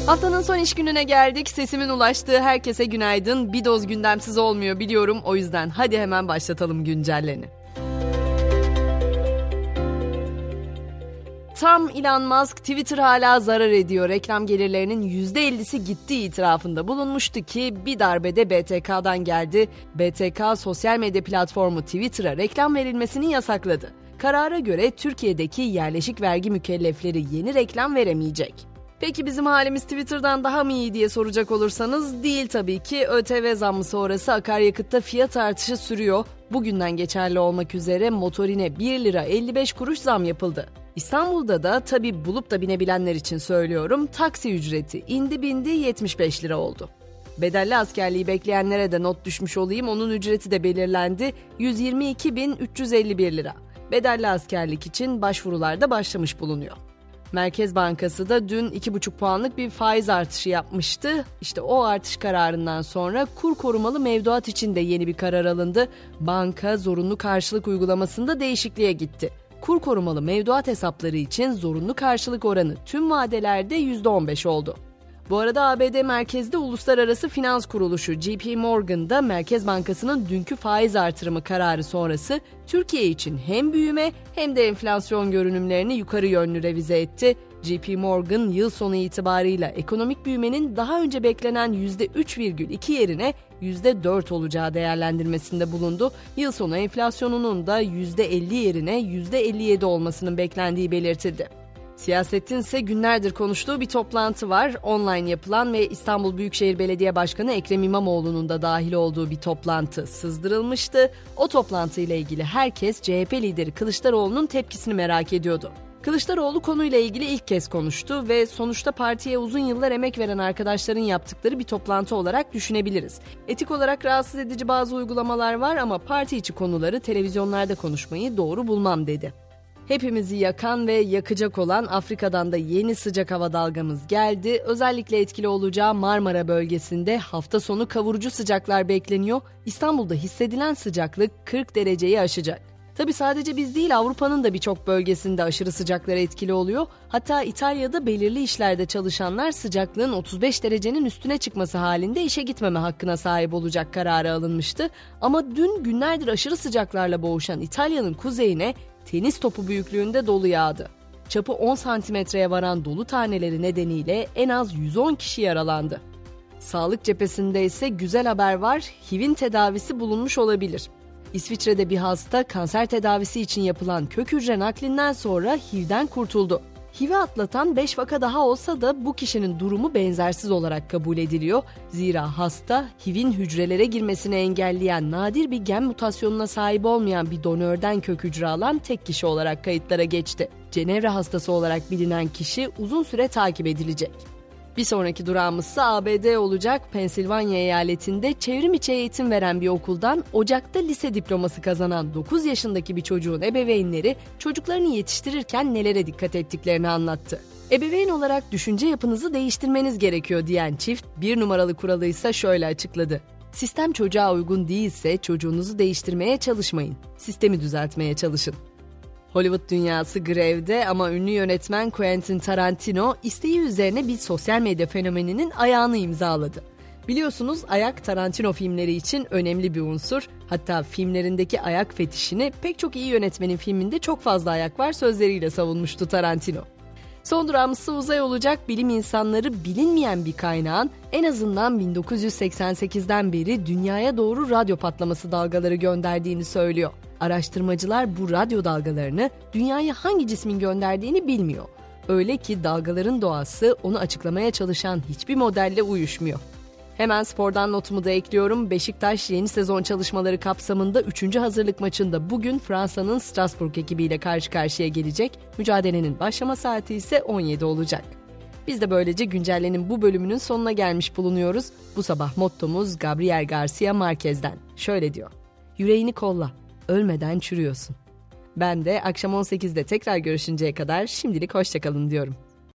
Haftanın son iş gününe geldik. Sesimin ulaştığı herkese günaydın. Bir doz gündemsiz olmuyor biliyorum. O yüzden hadi hemen başlatalım güncelleni. Tam Elon Musk Twitter hala zarar ediyor. Reklam gelirlerinin %50'si gittiği itirafında bulunmuştu ki bir darbede BTK'dan geldi. BTK sosyal medya platformu Twitter'a reklam verilmesini yasakladı. Karara göre Türkiye'deki yerleşik vergi mükellefleri yeni reklam veremeyecek. Peki bizim halimiz Twitter'dan daha mı iyi diye soracak olursanız değil tabii ki. ÖTV zammı sonrası akaryakıtta fiyat artışı sürüyor. Bugünden geçerli olmak üzere motorine 1 lira 55 kuruş zam yapıldı. İstanbul'da da tabii bulup da binebilenler için söylüyorum, taksi ücreti indi bindi 75 lira oldu. Bedelli askerliği bekleyenlere de not düşmüş olayım, onun ücreti de belirlendi, 122.351 lira. Bedelli askerlik için başvurular da başlamış bulunuyor. Merkez Bankası da dün 2,5 puanlık bir faiz artışı yapmıştı. İşte o artış kararından sonra kur korumalı mevduat için de yeni bir karar alındı. Banka zorunlu karşılık uygulamasında değişikliğe gitti. Kur korumalı mevduat hesapları için zorunlu karşılık oranı tüm vadelerde %15 oldu. Bu arada ABD merkezli uluslararası finans kuruluşu JP Morgan'da Merkez Bankası'nın dünkü faiz artırımı kararı sonrası Türkiye için hem büyüme hem de enflasyon görünümlerini yukarı yönlü revize etti. JP Morgan yıl sonu itibarıyla ekonomik büyümenin daha önce beklenen %3,2 yerine %4 olacağı değerlendirmesinde bulundu. Yıl sonu enflasyonunun da %50 yerine %57 olmasının beklendiği belirtildi. Siyasetin ise günlerdir konuştuğu bir toplantı var. Online yapılan ve İstanbul Büyükşehir Belediye Başkanı Ekrem İmamoğlu'nun da dahil olduğu bir toplantı sızdırılmıştı. O toplantıyla ilgili herkes CHP lideri Kılıçdaroğlu'nun tepkisini merak ediyordu. Kılıçdaroğlu konuyla ilgili ilk kez konuştu ve sonuçta partiye uzun yıllar emek veren arkadaşların yaptıkları bir toplantı olarak düşünebiliriz. Etik olarak rahatsız edici bazı uygulamalar var ama parti içi konuları televizyonlarda konuşmayı doğru bulmam dedi. Hepimizi yakan ve yakacak olan Afrika'dan da yeni sıcak hava dalgamız geldi. Özellikle etkili olacağı Marmara bölgesinde hafta sonu kavurucu sıcaklar bekleniyor. İstanbul'da hissedilen sıcaklık 40 dereceyi aşacak. Tabii sadece biz değil, Avrupa'nın da birçok bölgesinde aşırı sıcaklar etkili oluyor. Hatta İtalya'da belirli işlerde çalışanlar sıcaklığın 35 derecenin üstüne çıkması halinde işe gitmeme hakkına sahip olacak kararı alınmıştı. Ama dün günlerdir aşırı sıcaklarla boğuşan İtalya'nın kuzeyine tenis topu büyüklüğünde dolu yağdı. Çapı 10 santimetreye varan dolu taneleri nedeniyle en az 110 kişi yaralandı. Sağlık cephesinde ise güzel haber var, HIV'in tedavisi bulunmuş olabilir. İsviçre'de bir hasta kanser tedavisi için yapılan kök hücre naklinden sonra HIV'den kurtuldu. HIV'i atlatan 5 vaka daha olsa da bu kişinin durumu benzersiz olarak kabul ediliyor. Zira hasta HIV'in hücrelere girmesini engelleyen nadir bir gen mutasyonuna sahip olmayan bir donörden kök hücre alan tek kişi olarak kayıtlara geçti. Cenevre hastası olarak bilinen kişi uzun süre takip edilecek. Bir sonraki durağımız ise ABD olacak. Pensilvanya eyaletinde çevrim içi eğitim veren bir okuldan Ocak'ta lise diploması kazanan 9 yaşındaki bir çocuğun ebeveynleri çocuklarını yetiştirirken nelere dikkat ettiklerini anlattı. Ebeveyn olarak düşünce yapınızı değiştirmeniz gerekiyor diyen çift bir numaralı kuralı ise şöyle açıkladı. Sistem çocuğa uygun değilse çocuğunuzu değiştirmeye çalışmayın. Sistemi düzeltmeye çalışın. Hollywood dünyası grevde ama ünlü yönetmen Quentin Tarantino isteği üzerine bir sosyal medya fenomeninin ayağını imzaladı. Biliyorsunuz ayak Tarantino filmleri için önemli bir unsur. Hatta filmlerindeki ayak fetişini pek çok iyi yönetmenin filminde çok fazla ayak var sözleriyle savunmuştu Tarantino. Son durağımız uzay olacak. Bilim insanları bilinmeyen bir kaynağın en azından 1988'den beri dünyaya doğru radyo patlaması dalgaları gönderdiğini söylüyor. Araştırmacılar bu radyo dalgalarını dünyaya hangi cismin gönderdiğini bilmiyor. Öyle ki dalgaların doğası onu açıklamaya çalışan hiçbir modelle uyuşmuyor. Hemen spordan notumu da ekliyorum. Beşiktaş yeni sezon çalışmaları kapsamında 3. hazırlık maçında bugün Fransa'nın Strasbourg ekibiyle karşı karşıya gelecek. Mücadelenin başlama saati ise 17 olacak. Biz de böylece güncellenin bu bölümünün sonuna gelmiş bulunuyoruz. Bu sabah mottomuz Gabriel Garcia Marquez'den. Şöyle diyor. Yüreğini kolla, ölmeden çürüyorsun. Ben de akşam 18'de tekrar görüşünceye kadar şimdilik hoşça kalın diyorum.